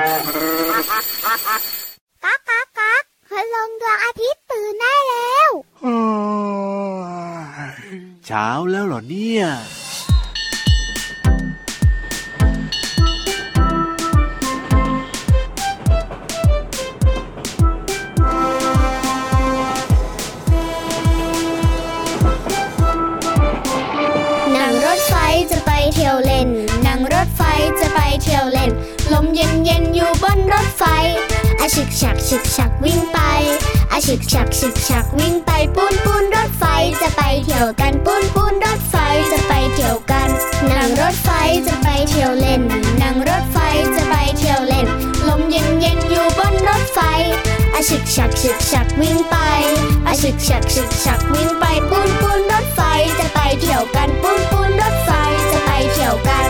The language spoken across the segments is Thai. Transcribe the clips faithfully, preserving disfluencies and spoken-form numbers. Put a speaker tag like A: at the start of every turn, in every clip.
A: ก๊ากก๊ากก๊ากคืนลงดวงอาทิตย์ตื่นได้แล้ว
B: เช้าแล้วเหรอเนี่ย
A: นั่งรถไฟจะไปเที่ยวเล่นนั่งรถไฟจะไปเที่ยวเล่นลมเย็นเย็นอยู่บนรถไฟอาฉึกฉักฉึกฉักวิ่งไปอาฉึกฉักฉึกฉักวิ่งไปปูนปูนรถไฟจะไปเที่ยวกันปูนปูนรถไฟจะไปเที่ยวกันนั่งรถไฟจะไปเที่ยวเล่นนั่งรถไฟจะไปเที่ยวเล่นลมเย็นเย็นอยู่บนรถไฟอาฉึกฉักฉึกฉักวิ่งไปอาฉึกฉักฉึกฉักวิ่งไปปูนปูนรถไฟจะไปเที่ยวกันปูนปูนรถไฟจะไปเที่ยวกัน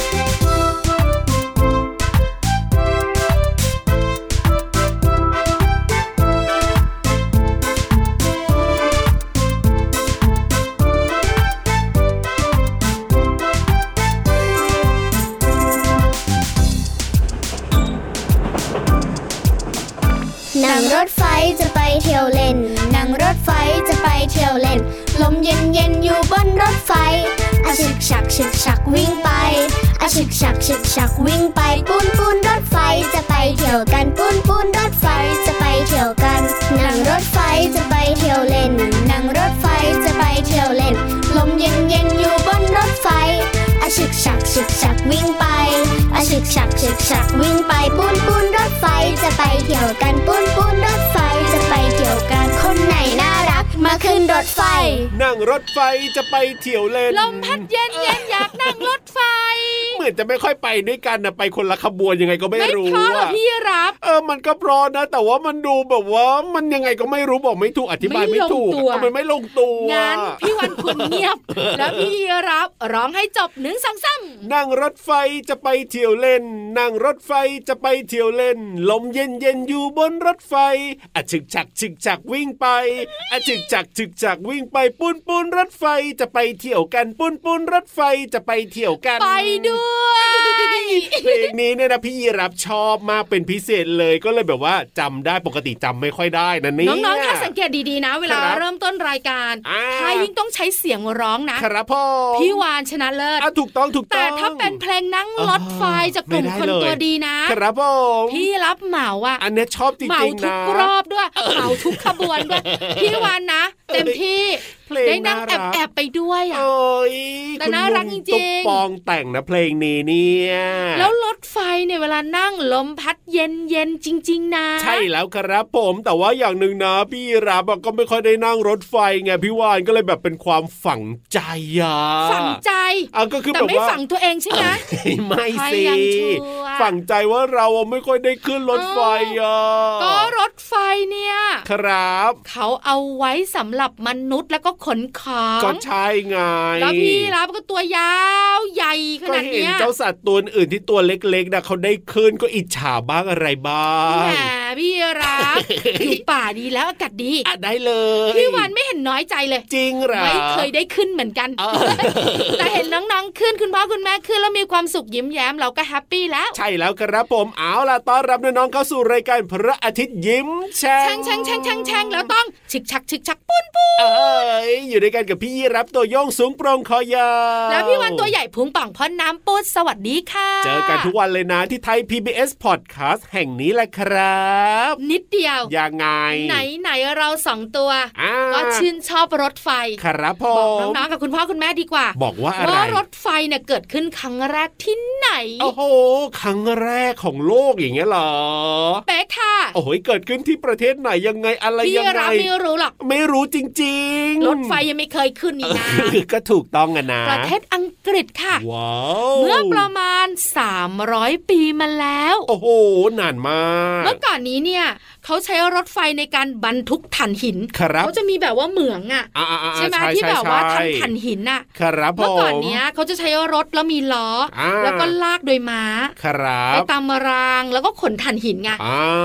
A: นั่งรถไฟจะไปเที่ยวเล่นนั่งรถไฟจะไปเที่ยวเล่นลมเย็นเย็นอยู่บนรถไฟอาฉึกฉักฉึกฉักวิ่งไปอาฉึกฉักฉึกฉักวิ่งไปปูนปูนรถไฟจะไปเที่ยวกันปูนปูนรถไฟจะไปเที่ยวกันนั่งรถไฟจะไปเที่ยวเล่นนั่งรถไฟจะไปเที่ยวเล่นลมเย็นเย็นอยู่บนรถไฟอาฉึกฉักฉึกฉักวิ่งไปอาฉึกฉักฉึกฉักวิ่งไปปูนปูนรถไฟจะไปเที่ยวกันปูนปูนรถไฟจะไปเที่ยวกันคนไหนน่ารักมาขึ้นรถไฟ
C: นั่งรถไฟจะไปเที่ยวเล่น
D: ลมพัดเย็นเย็นอยากนั่งรถไฟ
C: เหมือนจะไม่ค่อยไปด้วยกันนะไปคนละขบวนยังไงก็ไม่รู้
D: ไม่พอพี่รับ
C: เออมันก็พอนะแต่ว่ามันดูแบบว่ามันยังไงก็ไม่รู้บอกไม่ถูกอธิบายไม่ถูกมันไม่ลงตัว
D: งั้นพี่วันคุณเงียบแล้วพี่รับร้องให้จบหนึ่งสองสาม
C: นั่งรถไฟจะไปเที่ยวเล่นนั่งรถไฟจะไปเที่ยวเล่นลมเย็นเย็นอยู่บนรถไฟอะฉึกฉักฉึกฉักวิ่งไปอะฉึกฉักฉึกฉักวิ่งไปปุ้นปุ้นรถไฟจะไปเที่ยวกันปุ้นปุ้นรถไฟจะไปเที่ยวกัน
D: ไปด้วย
C: เพลงนี้เนี่ยนะพี่ยีรับชอบมากเป็นพิเศษเลยก็เลยแบบว่าจำได้ปกติจำไม่ค่อยได้นะนี่
D: น้องๆถ้าสังเกตดีๆนะเวลาเริ่มต้นรายการถ้ายิ่งต้องใช้เสียงร้องนะครับ
C: พ่อ
D: พี่วานชนะเลิศ
C: ถูกต้องถูกต้อง
D: แต่ถ้าเป็นเพลงนั่งรถไฟจากกลุ่มคนตัวดีนะครับ
C: ผม
D: พี่รับเหมาอ่ะ
C: อันนี้ชอบจริงๆนะ
D: เหมาทุกรอบด้วยเหมาทุกขบวนด้วยพี่วานนะเต็มที่ได้นั่งแอบแอบไปด้วยอ่ะแต่น่ารักจริงๆตุ๊ก
C: ปองแต่งนะเพลงนี้เนี่ย
D: แล้วรถไฟเนี่ยเวลานั่งลมพัดเย็นเย็นจริงๆนะ
C: ใช่แล้วครับผมแต่ว่าอย่างหนึ่งนะพี่รับก็ไม่ค่อยได้นั่งรถไฟไงพี่วานก็เลยแบบเป็นความฝังใจอ่ะ
D: ฝังใจ
C: อ่ะก็คือแบบว่า
D: แต่ไม่ฝังตัวเองใช่ไหม
C: ไม่สิฝังใจว่าเราไม่ค่อยได้ขึ้นรถไฟอ่ะ
D: ก็รถไฟเนี่ย
C: ครับ
D: เขาเอาไว้สำหรับมนุษย์แล้วก็ขนของ
C: ก็ใช่ไง
D: แล้วพี่รับก็ตัวยาวใหญ่ขนาดนี้
C: ก็เห็นเจ้าสัตว์ตัวอื่นที่ตัวเล็กๆนะเขาได้ขึ้นก็อิจฉาบ้างอะไรบ้าง
D: แหมพี่รับอยู่ป่าดีแล้วอากาศดี
C: อ่ะได้เลย
D: พี่วันไม่เห็นน้อยใจเลย
C: จริงเหรอ
D: ไม่เคยได้ขึ้นเหมือนกันแต่เห็นน้องๆขึ้นคุณพ่อคุณแม่ขึ้นแล้วมีความสุขยิ้มแย้มเราก็แฮปปี้แล้ว
C: ใช่แล้วครับผมเอาล่ะต้อนรับน้องๆเข้าสู่รายการพระอาทิตย์ยิ้มแฉ่ง
D: แฉ่งแฉ่งแฉ่งแฉ่งแล้วต้องฉึกฉักฉึกฉักปุ้นปุ้น
C: เอ้ยอยู่ด้วยกันกับพี่ยีรับตัวโยงสูงโปร่งคอยาว
D: แล้วพี่วันตัวใหญ่พุงป่องพ่นน้ำปูดสวัสดีค่ะ
C: เจอกันทุกวันเลยนะที่ไทย พี บี เอส Podcast แห่งนี้แหละครับ
D: นิดเดียว
C: ยังไง
D: ไหนไหนเราสองตัวก็ชื่นชอบรถไฟ
C: ครับผม
D: บอกน้องๆกับคุณพ่อคุณแม่ดีกว่า
C: บอกว่าอะไร
D: ว่ารถไฟเนี่ยเกิดขึ้นครั้งแรกที่ไหน
C: โอ้โหครั้งแรกของโลกอย่างเงี้ยเหรอ
D: เป๊ะค่ะ
C: โอ้โหเกิดขึ้นที่ประเทศไหนยังไงอะไรยังไง
D: ไม่รู้หรอก
C: ไม่รู้จริง
D: ๆรถไฟยังไม่เคยขึ้นนี่นะ
C: ก็ถูกต้องอะนะ
D: ประเทศอังกฤษค่ะ
C: ว้าว
D: เมื่อประมาณสามร้อยปีมาแล้ว
C: โอ้โหนานมาก
D: เมื่อก่อนนี้เนี่ยเขาใช้รถไฟในการบรรทุกถ่านหินเขาจะมีแบบว่าเหมืองอ่ะใช่ไหมที่แบบว่าทำถ่านหินอ่ะเมื่อก่อนเนี้ยเขาจะใช้รถแล้วมีล้อแล้วก็ลากโดยม้าไปตามรางแล้วก็ขนถ่านหินไงแต่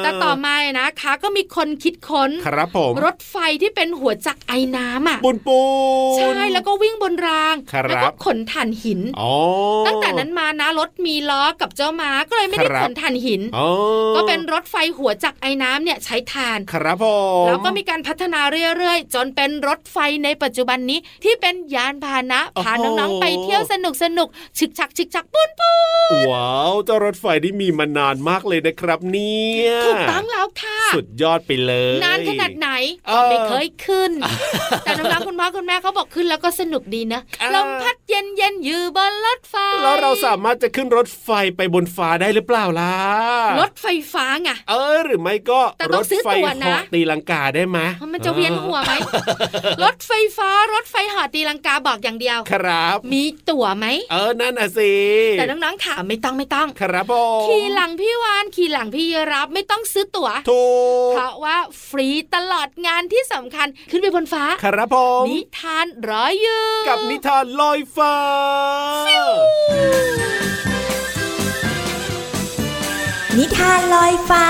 D: แต่ต่อมานะคะก็มีคนคิดค้น
C: ครับผม
D: รถไฟที่เป็นหัวจักรไอน้ำอ่ะ
C: ปูนปูน
D: ใช่แล้วก็วิ่งบนรางแล้วก็ขนถ่านหินตั้งแต่นั้นมานะรถมีล้อกับเจ้าม้าก็เลยไม่ได้ขนถ่านหินก็เป็นรถไฟหัวจักรไอน้ำเนี่ยใช้ถ่าน
C: ครับผม
D: แล้วก็มีการพัฒนาเรื่อยๆจนเป็นรถไฟในปัจจุบันนี้ที่เป็นยานพาหนะพาน้องๆไปเที่ยวสนุกสนุกฉึกฉักฉึกฉักปุ้นปุ้น
C: ว้าวเจ้ารถไฟที่มีมานานมากเลยนะครับเนี่ย
D: ถูกต้องแล้วค่ะ
C: สุดยอดไปเลย
D: นานขนาดไหนไม่เคยขึ้นแต่น้องๆคุณพ่อคุณแม่เขาบอกขึ้นแล้วก็สนุกดีนะลมพัดเย็นเย็นอยู่บนรถไฟ
C: แล้วเราสามารถจะขึ้นรถไฟไปบนฟ้าได้หรือเปล่าล่ะ
D: รถไฟฟ้าไง
C: เออหรือไม่ก็รถไฟเหาะตีลังกาได้ไหม
D: มันจะเวียนหัวไหมรถไฟฟ้ารถไฟเหาะตีลังกาบอกอย่างเดียว
C: ครับ
D: มีตั๋วไหม
C: เออนั่นน่ะสิ
D: แต่น้องๆถามไม่ต้องไม่ต้อง
C: ครับผม
D: ขี่หลังพี่วานขี่หลังพี่รับไม่ต้องซื้อตั๋ว
C: ถูก
D: เพราะว่าฟรีตลอดงานที่สำคัญขึ้นไปบนฟ้า
C: ครับผม
D: นิทานร้อยยืน
C: กับนิทานลอยฟ้า
E: นิทานลอยฟ้า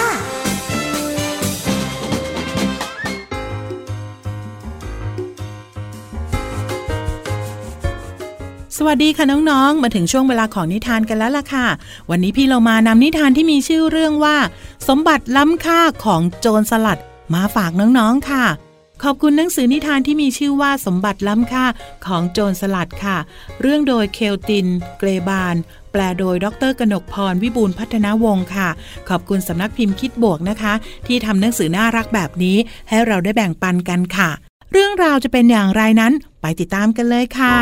F: สวัสดีค่ะน้องๆมาถึงช่วงเวลาของนิทานกันแล้วล่ะค่ะวันนี้พี่เรามานำนิทานที่มีชื่อเรื่องว่าสมบัติล้ำค่าของโจรสลัดมาฝากน้องๆค่ะขอบคุณหนังสือนิทานที่มีชื่อว่าสมบัติล้ำค่าของโจรสลัดค่ะเรื่องโดยเคลตินเกรบานแปลโดยดร.กนกพรวิบูลย์พัฒนาวงศ์ค่ะขอบคุณสำนักพิมพ์คิดบวกนะคะที่ทำหนังสือน่ารักแบบนี้ให้เราได้แบ่งปันกันค่ะเรื่องราวจะเป็นอย่างไรนั้นไปติดตามกันเลยค่ะ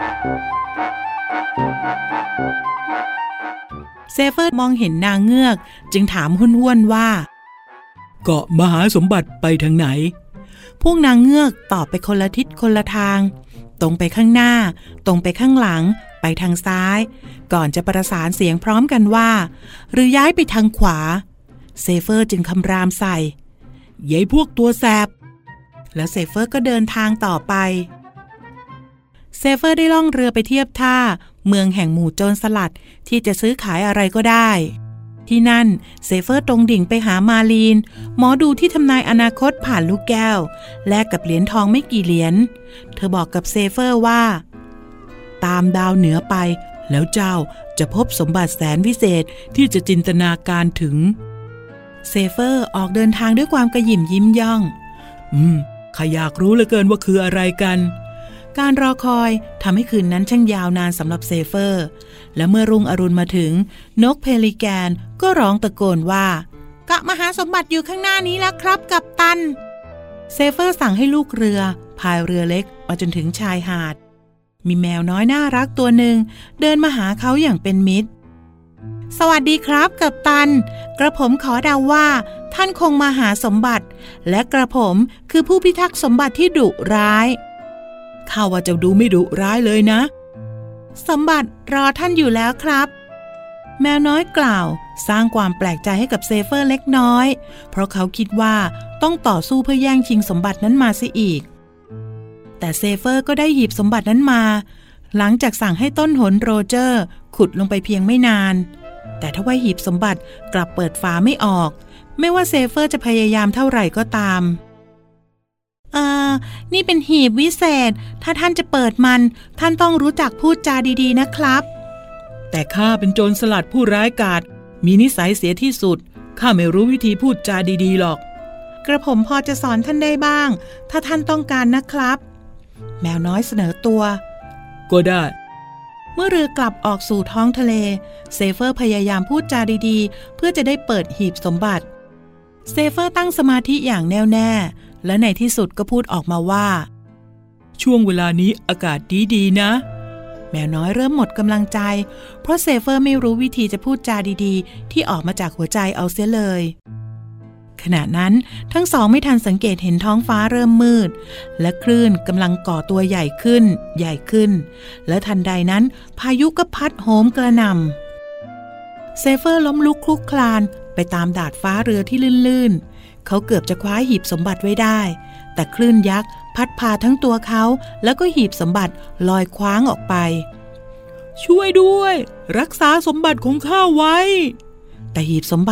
F: เซเฟอร์มองเห็นนางเงือกจึงถามห้วนๆว่าเกาะมหาสมบัติไปทางไหนพวกนางเงือกตอบไปคนละทิศคนละทางตรงไปข้างหน้าตรงไปข้างหลังไปทางซ้ายก่อนจะประสานเสียงพร้อมกันว่าหรือย้ายไปทางขวาเซเฟอร์จึงคำรามใส่เย้พวกตัวแสบแล้วเซเฟอร์ก็เดินทางต่อไปเซเฟอร์ได้ล่องเรือไปเทียบท่าเมืองแห่งหมู่โจรสลัดที่จะซื้อขายอะไรก็ได้ที่นั่นเซเฟอร์ตรงดิ่งไปหามาลีนหมอดูที่ทำนายอนาคตผ่านลูกแก้วแลกกับเหรียญทองไม่กี่เหรียญเธอบอกกับเซเฟอร์ว่าตามดาวเหนือไปแล้วเจ้าจะพบสมบัติแสนวิเศษที่จะจินตนาการถึงเซเฟอร์ออกเดินทางด้วยความกระหยิ่มยิ้มย่องอืมข้าอยากรู้เหลือเกินว่าคืออะไรกันการรอคอยทำให้คืนนั้นช่างยาวนานสำหรับเซเฟอร์และเมื่อรุ่งอรุณมาถึงนกเพลิแกนก็ร้องตะโกนว่าเกาะมหาสมบัติอยู่ข้างหน้านี้แล้วครับกัปตันเซเฟอร์สั่งให้ลูกเรือพายเรือเล็กมาจนถึงชายหาดมีแมวน้อยน่ารักตัวหนึ่งเดินมาหาเขาอย่างเป็นมิตรสวัสดีครับกัปตันกระผมขอเดาว่าท่านคงมาหาสมบัติและกระผมคือผู้พิทักษ์สมบัติที่ดุร้ายข้าว่าจะดูไม่ดุร้ายเลยนะสมบัติรอท่านอยู่แล้วครับแมวน้อยกล่าวสร้างความแปลกใจให้กับเซเฟอร์เล็กน้อยเพราะเขาคิดว่าต้องต่อสู้เพื่อแย่งชิงสมบัตินั้นมาเสียอีกแต่เซเฟอร์ก็ได้หีบสมบัตินั้นมาหลังจากสั่งให้ต้นหนโรเจอร์ขุดลงไปเพียงไม่นานแต่ทว่าหีบสมบัติกลับเปิดฝาไม่ออกไม่ว่าเซเฟอร์จะพยายามเท่าไหร่ก็ตามเอ่อนี่เป็นหีบวิเศษถ้าท่านจะเปิดมันท่านต้องรู้จักพูดจาดีๆนะครับแต่ข้าเป็นโจรสลัดผู้ร้ายกาจมีนิสัยเสียที่สุดข้าไม่รู้วิธีพูดจาดีๆหรอกกระผมพอจะสอนท่านได้บ้างถ้าท่านต้องการนะครับแมวน้อยเสนอตัวก็ได้เมื่อเรือกลับออกสู่ท้องทะเลเซเฟอร์พยายามพูดจาดีๆเพื่อจะได้เปิดหีบสมบัติเซเฟอร์ตั้งสมาธิอย่างแน่วแน่และในที่สุดก็พูดออกมาว่าช่วงเวลานี้อากาศดีๆนะแมวน้อยเริ่มหมดกำลังใจเพราะเซเฟอร์ไม่รู้วิธีจะพูดจาดีๆที่ออกมาจากหัวใจเอาเสียเลยขณะนั้นทั้งสองไม่ทันสังเกตเห็นท้องฟ้าเริ่มมืดและคลื่นกำลังก่อตัวใหญ่ขึ้นใหญ่ขึ้นและทันใดนั้นพายุก็พัดโหมกระหน่ำเซเฟอร์ล้มลุกคลุกคลานไปตามดาดฟ้าเรือที่ลื่นๆเขาเกือบจะคว้าหีบสมบัติไว้ได้แต่คลื่นยักษ์พัดพาทั้งตัวเขาแล้วก็หีบสมบัติลอยคว้างออกไปช่วยด้วยรักษาสมบัติของข้าไว้แต่หีบสมบัติ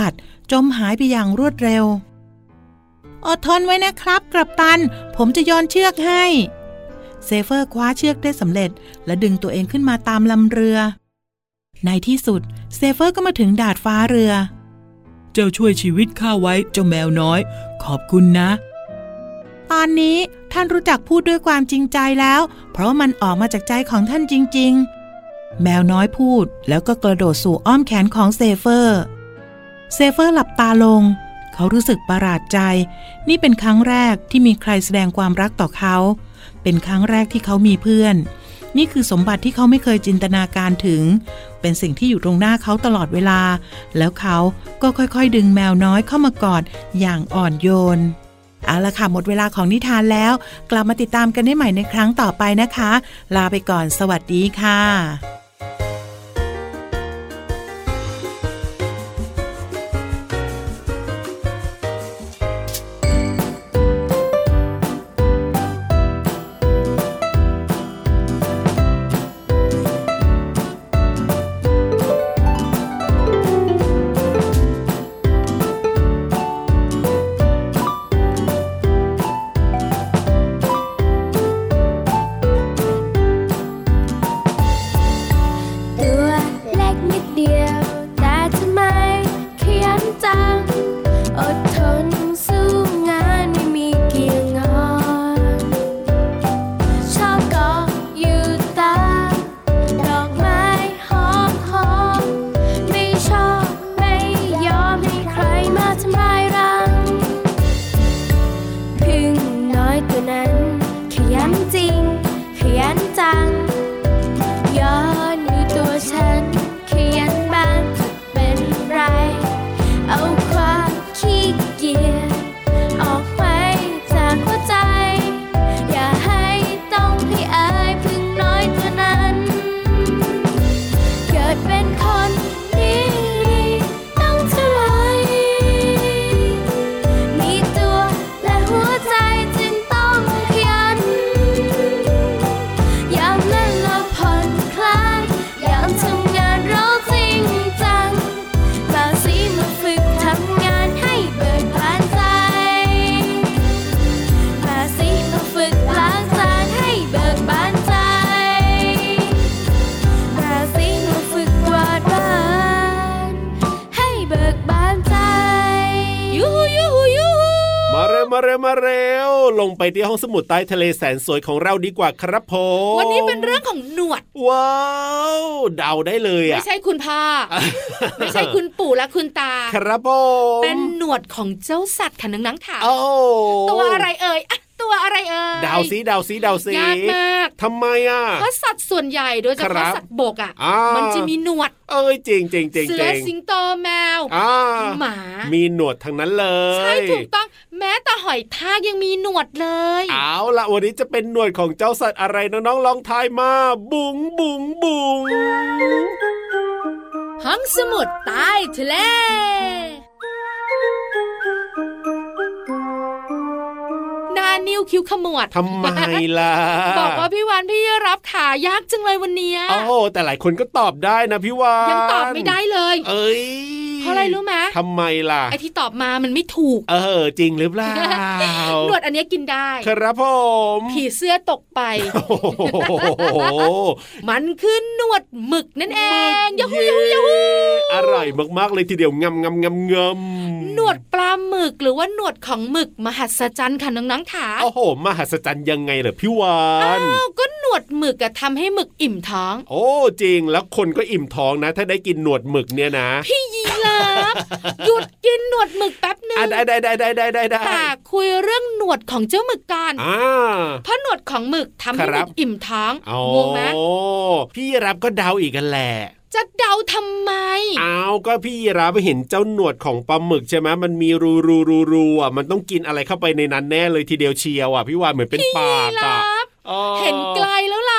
F: จมหายไปอย่างรวดเร็วอดทนไว้นะครับกัปตันผมจะโยนเชือกให้เซเฟอร์คว้าเชือกได้สำเร็จและดึงตัวเองขึ้นมาตามลำเรือในที่สุดเซเฟอร์ก็มาถึงดาดฟ้าเรือเจ้าช่วยชีวิตข้าไว้เจ้าแมวน้อยขอบคุณนะตอนนี้ท่านรู้จักพูดด้วยความจริงใจแล้วเพราะมันออกมาจากใจของท่านจริงๆแมวน้อยพูดแล้วก็กระโดดสู่อ้อมแขนของเซเฟอร์เซเฟอร์หลับตาลงเขารู้สึกประหลาดใจนี่เป็นครั้งแรกที่มีใครแสดงความรักต่อเขาเป็นครั้งแรกที่เขามีเพื่อนนี่คือสมบัติที่เขาไม่เคยจินตนาการถึงเป็นสิ่งที่อยู่ตรงหน้าเขาตลอดเวลาแล้วเขาก็ค่อยๆดึงแมวน้อยเข้ามากอดอย่างอ่อนโยนเอาล่ะค่ะหมดเวลาของนิทานแล้วกลับมาติดตามกันได้ใหม่ในครั้งต่อไปนะคะลาไปก่อนสวัสดีค่ะ
C: มาเร็วมาเร็วลงไปที่ห้องสมุดใต้ทะเลแสนสวยของเราดีกว่าครับผม
D: วันนี้เป็นเรื่องของหนวด
C: ว้าวเดาได้เลยอ่ะ
D: ไม่ใช่คุณพ่อ ไม่ใช่คุณปู่และคุณตา
C: ครับผม
D: เป็นหนวดของเจ้าสัตว์ค่ะนังๆถาม
C: ตัว
D: อะไรเอ่ยตัวอะไรเอ่ย
C: ดาวซิดาวซิดาวซิ
D: ยากมาก
C: ทำไมอ่ะ
D: เพราะสัตว์ส่วนใหญ่โดยเฉพาะสัตว์บกอ่ะมันจะมีหนวด
C: เอ้ยจริงจริงจริง
D: เสือสิงโตแมวหมา
C: มีหนวดทั้งนั้นเลย
D: ใช่ถูกต้องแม้แต่หอยทากยังมีหนวดเลย
C: เอาล่ะวันนี้จะเป็นหนวดของเจ้าสัตว์อะไรน้องๆลองทายมาบุ๋งบุ๋งบุ๋ง
D: ห้องสมุดใต้ทะเลนิ้วคิ้วขมวด
C: ทำไมล่ะ
D: บอกว่าพี่วานพี่รับขายากจังเลยวันนี้
C: โอ้แต่หลายคนก็ตอบได้นะพี่วาน
D: ยังตอบไม่ได้เลย
C: เอ้ย
D: เพราะอะไรรู้ไหม
C: ทำไมล่ะ
D: ไอที่ตอบมามันไม่ถูก
C: เออจริงหรือเปล่า
D: หนวดอันนี้กินได้
C: ครับผม
D: ผีเสื้อตกไปมันคือหนวดหมึกนั่นเองยาฮูยาฮูยาฮู
C: อร่อยมากๆเลยทีเดียวงำงำงำงำ
D: หนวดปลาหมึกหรือว่าหนวดของหมึกมหัศจรรย์ค่ะน้องๆขา
C: โอ้โหมหัศจรรย์ยังไงเหรอพี่วาน
D: อ้าวก็หนวดหมึกอะทำให้หมึกอิ่มท้อง
C: โอ้จริงแล้วคนก็อิ่มท้องนะถ้าได้กินหนวดหมึกเนี่ยนะ
D: พี่ยีราฟหยุดกินหนวดหมึกแป๊บนึง
C: ได้ได้ได้ได้ได้ได้
D: แต่คุยเรื่องหนวดของเจ้าหมึกกันเพราะหนวดของหมึกทำให้หมึกอิ่มท้องงงไหม
C: โอ้พี่รับก็เดาอีกกันแหละ
D: จะเดาทำไม
C: อ้าวก็พี่ยีราฟไปเห็นเจ้าหนวดของปลาหมึกใช่ไหมมันมีรูรูรูรูอ่ะมันต้องกินอะไรเข้าไปในนั้นแน่เลยทีเดียวเชียวอ่ะพี่วานเหมือนเป็นปากอ่ะ
D: เห็นไกลแล้วล่ะ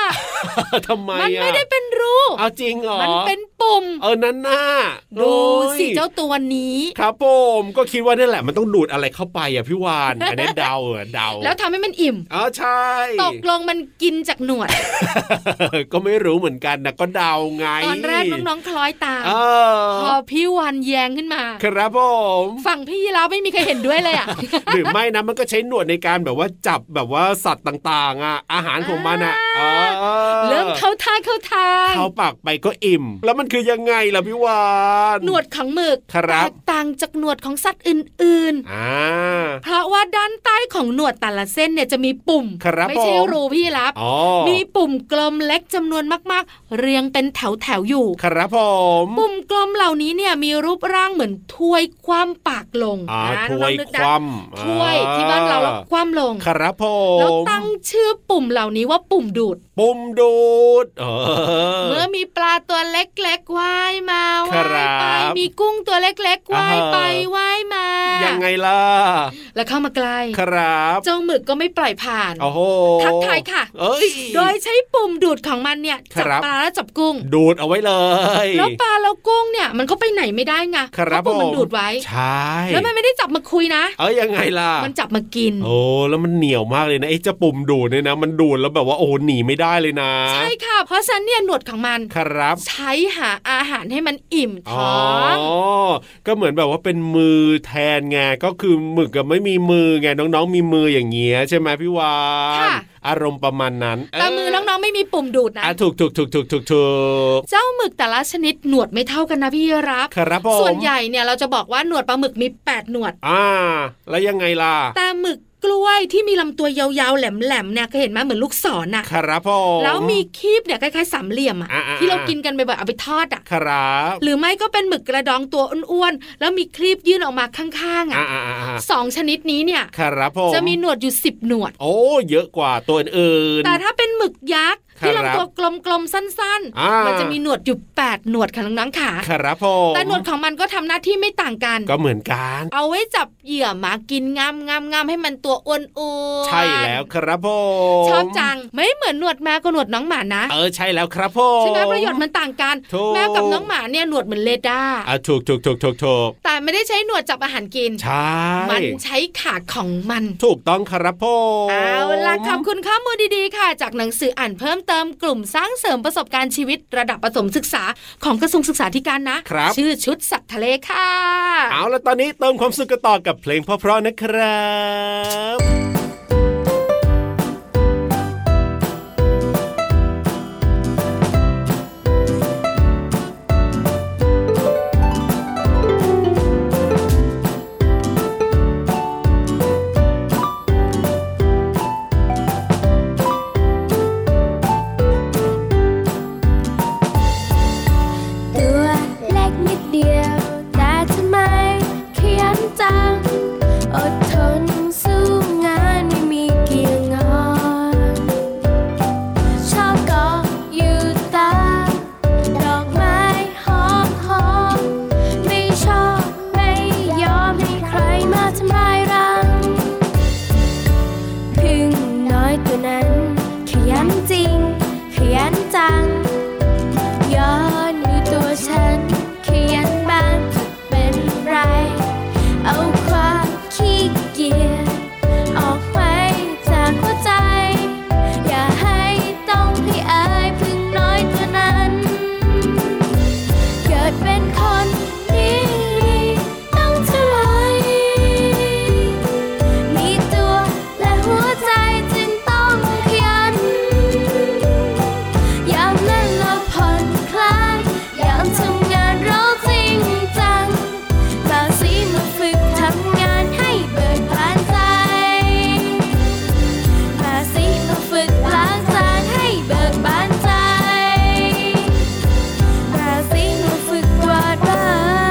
C: ทำไม
D: มันไม่ได้เป็นรู
C: เอาจริงเหรอ
D: มันเป็นปุ่ม
C: เออนั่นน่ะ
D: ดูสิเจ้าตัวนี้
C: ครับผมก็คิดว่านั่นแหละมันต้องดูดอะไรเข้าไปอ่ะพี่วานอันนี้เดาเดา
D: แล้วทำให้มันอิ่ม
C: อ๋อใช่
D: ตกลงมันกินจากหนวด
C: ก็ไม่รู้เหมือนกันนะก็เดาไง
D: ตอนแรกน้องๆคล้อยตามพอพี่วานแย้งขึ้นมา
C: ครับผม
D: ฝั่งพี่แล้วไม่มีใครเห็นด้วยเลยอ่ะ
C: หรือไม่นะมันก็ใช้หนวดในการแบบว่าจับแบบว่าสัตว์ต่างๆอ่ะอาหารของมันอ่ะ
D: เริ่มเข้าท่าเข้าทาง
C: เข้าปากไปก็อิ่มแล้วมันคือยังไงล่ะพี่วาน
D: หนวดของหมึกแตกต่างจากหนวดของสัตว์อื่นๆเพราะว่าด้านใต้ของหนวดแต่ละเส้นเนี่ยจะมีปุ่มไม่ใช่รูพี่รับมีปุ่มกลมเล็กจำนวนมากๆเรียงเป็นแถวๆอยู่
C: ครับผม
D: ปุ่มกลมเหล่านี้เนี่ยมีรูปร่างเหมือนถ้วยคว่ำปากลง
C: นะถ้วยคว่ำ
D: ถ้วยที่บ้านเราแล้วคว่ำลง
C: ครับผม
D: แล้วตั้งชื่อปุ่มเหล่านี้ว่าปุ่มดูด
C: ปุ่มดูด
D: เมื่อมีปลาตัวเล็กๆว่ายมาว่ายไปมีกุ้งตัวเล็กๆว่ายไปว่ายมา
C: ยังไงล่ะ
D: แล้วเข้ามาใกล้
C: ครับ
D: เจ้าหมึกก็ไม่ปล่อยผ่าน
C: โอ้โห
D: ทักทายค่ะโดยใช้ปุ่มดูดของมันเนี่ยจับปลาแล้วจับกุ้ง
C: ดูดเอาไว้เลย
D: แล้วปลาแล้วกุ้งเนี่ยมันก็ไปไหนไม่ได้ไงเพราะปุ่มมันดูดไว้
C: ใช่
D: แล้วมันไม่ได้จับมาคุยนะ
C: เอ้ยยังไงล่ะ
D: มันจับมากิน
C: โอ้แล้วมันเหนียวมากเลยนะไอ้เจ้าปุ่มดูดเนี่ยนะมันดูดแล้วแบบว่าโอ้หนีไม่ได้เลยนะ
D: ใช่ค่ะเพราะฉะนั้นเนี่ยหนวดของมัน
C: ครับ
D: ใช้หาอาหารให้มันอิ่มท้อง
C: อ๋อก็เหมือนแบบว่าเป็นมือแทนไงก็คือหมึกกับไม่มีมือไงน้องๆมีมืออย่างเงี้ยใช่ไหมพี่วานอารมณ์ประมาณนั้น
D: แต่มือน้องๆไม่มีปุ่มดูดนะ
C: ถูกถูกถูกถูกถูกถูก
D: เจ้าหมึกแต่ละชนิดหนวดไม่เท่ากันนะพี่รับ
C: ครับผม
D: ส่วนใหญ่เนี่ยเราจะบอกว่าหนวดปลาหมึกมีแปดหนวด
C: อ่าแล้วยังไงล่ะ
D: แต่หมึกกล้วยที่มีลำตัวยาวๆแหลมๆเนี่ยเคยเห็นไหมเหมือนลูกศรน่ะ
C: ครับผม
D: แล้วมีคีบเนี่ยคล้ายๆสามเหลี่ยมอ่ะที่เรากินกันบ่อยๆเอาไปทอดอ่ะ
C: ครับ
D: หรือไม่ก็เป็นหมึกกระดองตัวอ้วนๆแล้วมีคลีบยื่นออกมาข้างๆอ่ะสองชนิดนี้เนี่ยจะมีหนวดอยู่สิบหนวด
C: โอ้เยอะกว่าตัวอื่น
D: แต่ถ้าเป็นหมึกยักษ์ที่ลำตัวกลมๆสั้นๆมันจะมีหนวดอยู่แปดหนวดค่ะน้องๆค่ะ
C: ครับผม
D: แต่หนวดของมันก็ทำหน้าที่ไม่ต่างกัน
C: ก็เหมือนกัน
D: เอาไว้จับเหยื่อมากินงามๆๆให้มันตัวอ้วนๆ
C: ใช่แล้วครับผม
D: ชอบจังไม่เหมือนหนวดแมวกับหนวดน้องหมานะ
C: เออใช่แล้วครับผม
D: ใช่ไหมประโยชน์มันต่างกันแมวกับน้องหมาเนี่ยหนวดเหมือนเรดาร์
C: อ่ะถูกถูกถูกถูกถูก
D: แต่ไม่ได้ใช้หนวดจับอาหารกิน
C: ใช่
D: มันใช้ขาของมัน
C: ถูกต้องครับผม
D: เอาล่ะขอบคุณข้อมูลดีๆค่ะจากหนังสืออ่านเพิ่มเติมกลุ่มสร้างเสริมประสบการณ์ชีวิตระดับประถมศึกษาของกระทรวงศึกษาธิการนะชื่อชุดสัตว์ทะเลค่ะ
C: เอาล่ะตอนนี้เติมความสุขกันต่อกับเพลงเพราะๆนะครับ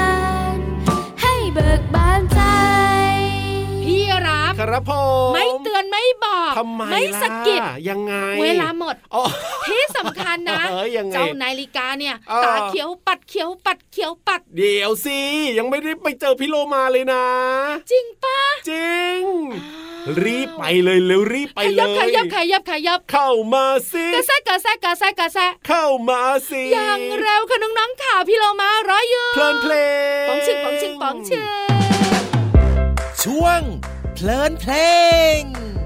C: ครับผม
D: ไม่เตือนมันไม่บอกไม่สะกิด
C: ยังไง
D: เวลาหมดที่สำคัญนะเจ้านาฬิกาเนี่ยตาเขียวปัดเขียวปัดเขียวปัด
C: เดี๋ยวสิยังไม่ได้ไปเจอพี่โลมาเลยนะ
D: จริงปะ
C: จริงรีบไปเลยเร็วรีบไปเลย
D: ขยับขยับขยับ
C: เข้ามาสิ
D: กระแซะกระแซะกระแซะกระแซะ
C: เข้ามาสิ
D: อย่างเร็วค่ะน้องๆข่าวพี่โลมารออยู่
C: เพลินเพลง
D: ป๋องชิงป๋องชิงป๋องชิง
G: ช่วงเพลินเพลง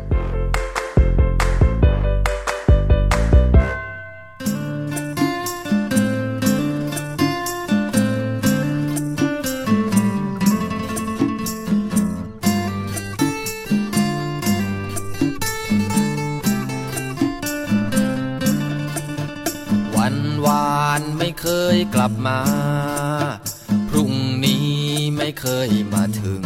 H: วันวานไม่เคยกลับมาพรุ่งนี้ไม่เคยมาถึง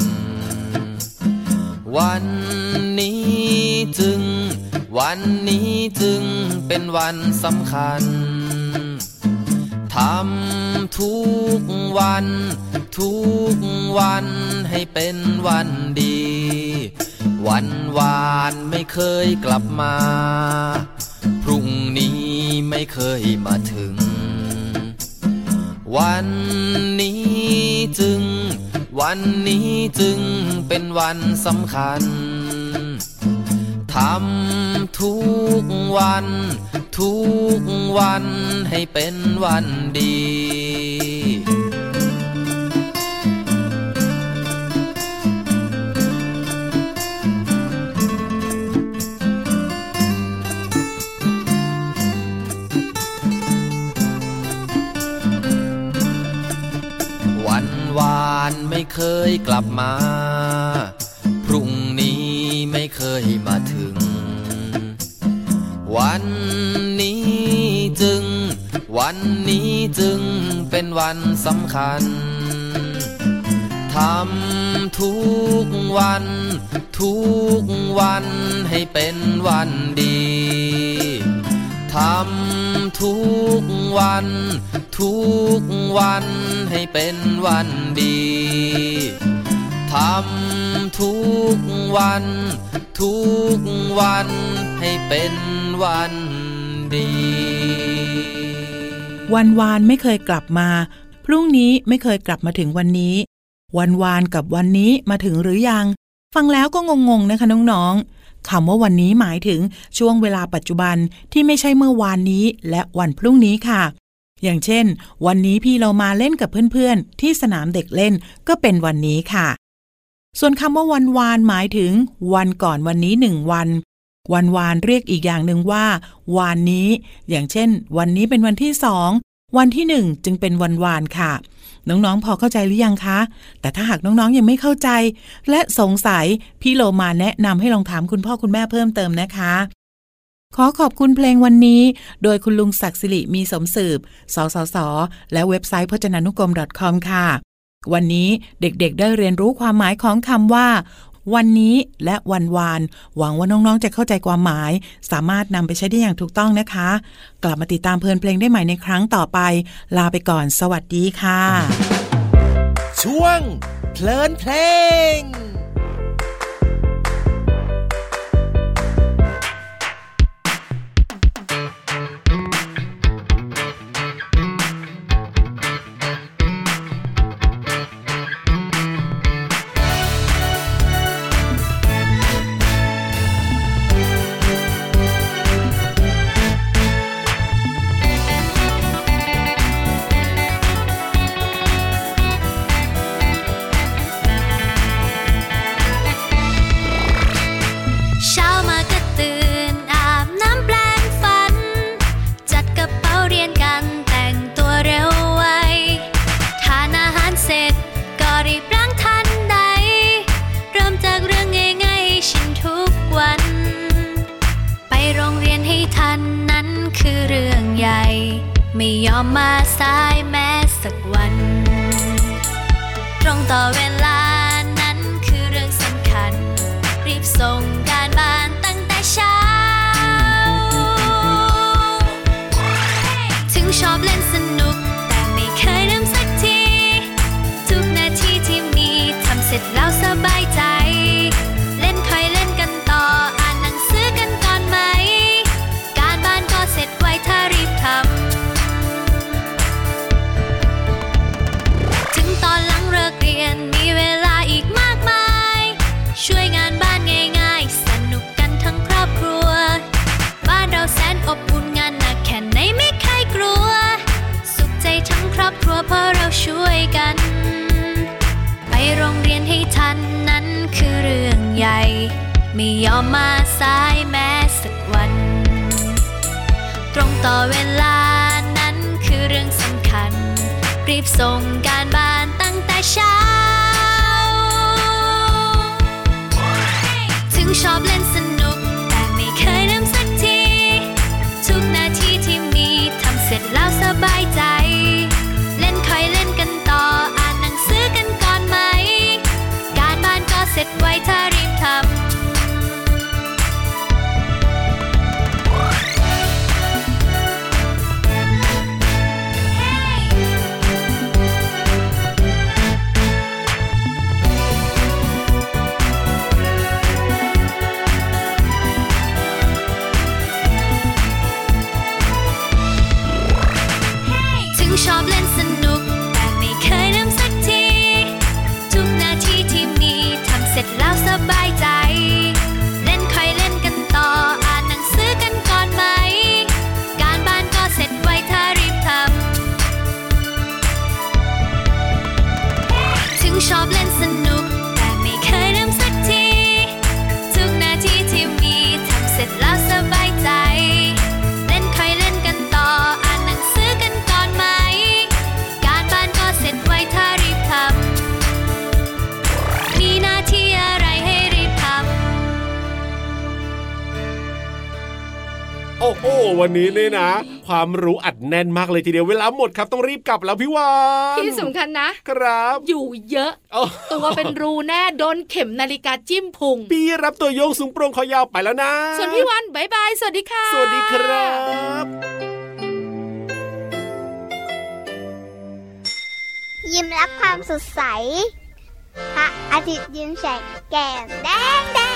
H: วันนี้จึงวันนี้จึงเป็นวันสำคัญทำทุกวันทุกวันให้เป็นวันดีวันวานไม่เคยกลับมาพรุ่งนี้ไม่เคยมาถึงวันนี้จึงวันนี้จึงเป็นวันสำคัญทำทุกวันทุกวันให้เป็นวันดีวานไม่เคยกลับมาพรุ่งนี้ไม่เคยมาถึงวันนี้จึงวันนี้จึงเป็นวันสำคัญทำทุกวันทุกวันให้เป็นวันดีทำทุกวันทุกวันให้เป็นวันดีทำทุกวันทุกวันให้เป็นวันดี
F: วันวานไม่เคยกลับมาพรุ่งนี้ไม่เคยกลับมาถึงวันนี้วันวานกับวันนี้มาถึงหรือยังฟังแล้วก็งงๆนะคะน้องๆคำว่าวันนี้หมายถึงช่วงเวลาปัจจุบันที่ไม่ใช่เมื่อวานนี้และวันพรุ่งนี้ค่ะอย่างเช่นวันนี้พี่เรามาเล่นกับเพื่อนๆที่สนามเด็กเล่นก็เป็นวันนี้ค่ะส่วนคำว่าวันวานหมายถึงวันก่อนวันนี้หนึ่งวันวันวานเรียกอีกอย่างหนึ่งว่าวานนี้อย่างเช่นวันนี้เป็นวันที่สองวันที่หนึ่งจึงเป็นวันวานค่ะน้องๆพอเข้าใจหรือยังคะแต่ถ้าหากน้องๆยังไม่เข้าใจและสงสัยพี่โลมาแนะนำให้ลองถามคุณพ่อคุณแม่เพิ่มเติมนะคะขอขอบคุณเพลงวันนี้โดยคุณลุงศักดิ์สิริมีสมสืบสสสและเว็บไซต์พจนานุกรม .com ค่ะวันนี้เด็กๆได้เรียนรู้ความหมายของคำว่าวันนี้และวันวานหวังว่าน้องๆจะเข้าใจความหมายสามารถนำไปใช้ได้อย่างถูกต้องนะคะกลับมาติดตามเพลินเพลงได้ใหม่ในครั้งต่อไปลาไปก่อนสวัสดีค่ะ
G: ช่วงเพลินเพลง
I: ไม่ยอมมาสายแม้สักวันตรงต่อเวลานั้นคือเรื่องสำคัญรีบส่งการบ้านตั้งแต่เช้าถึงชอบเล่นสนุกแต่ไม่เคยลืมสักทีทุกนาทีที่มีทำเสร็จแล้วสบายใจเล่นค่อยเล่นกันต่อใหญ่ไม่ยอมมาสายแม้สักวันตรงต่อเวลานั้นคือเรื่องสำคัญรีบส่งการบ้านตั้งแต่เช้าถึงชอบเล่นสนุกแต่ไม่เคยลืมสักทีทุกนาทีที่มีทำเสร็จแล้วสบายใจเล่นค่อยเล่นกันต่ออ่านหนังสือกันก่อนไหมการบ้านก็เสร็จไวถ้ารีบทำชอบเล่นสนุกแต่ไม่เคยลืมสักทีทุกนาทีที่มีทำเสร็จแล้วสบายใจเล่นค่อยเล่นกันต่ออ่านหนังสือกันก่อนไหมการบ้านก็เสร็จไวถ้ารีบทำถึงชอบเล่นสนุกแต่ไม่เคยลืมสักทีทุกนาทีที่มีทำเสร็จแล้วสบายใจเล่นค่อยเล่นกันต่ออ่านหนังสือกันก่อนไหมการบ้านก็เสร็จไวถ้ารีบทำมีหน้าที่อะไรให้รีบทำ
C: โอ้โหวันนี้เนี่ยนะความรู้อัดแน่นมากเลยทีเดียวเวลาหมดครับต้องรีบกลับแล้วพี่วาน
D: ที่สำคัญนะครับอยู่เยอะตัวเป็นรูแน่โดนเข็มนาฬิกาจิ้มพุง
C: พี่รับตัวโยงสูงโปร่งคอยาวไปแล้วนะ
D: ส่วนพี่วานบ๊ายบายสวัสดีค่ะ
C: สวัสดีครับ
A: ยิ้มรับความสดใสพระอาทิตย์ยิ้มแฉกแก้มแดงแดง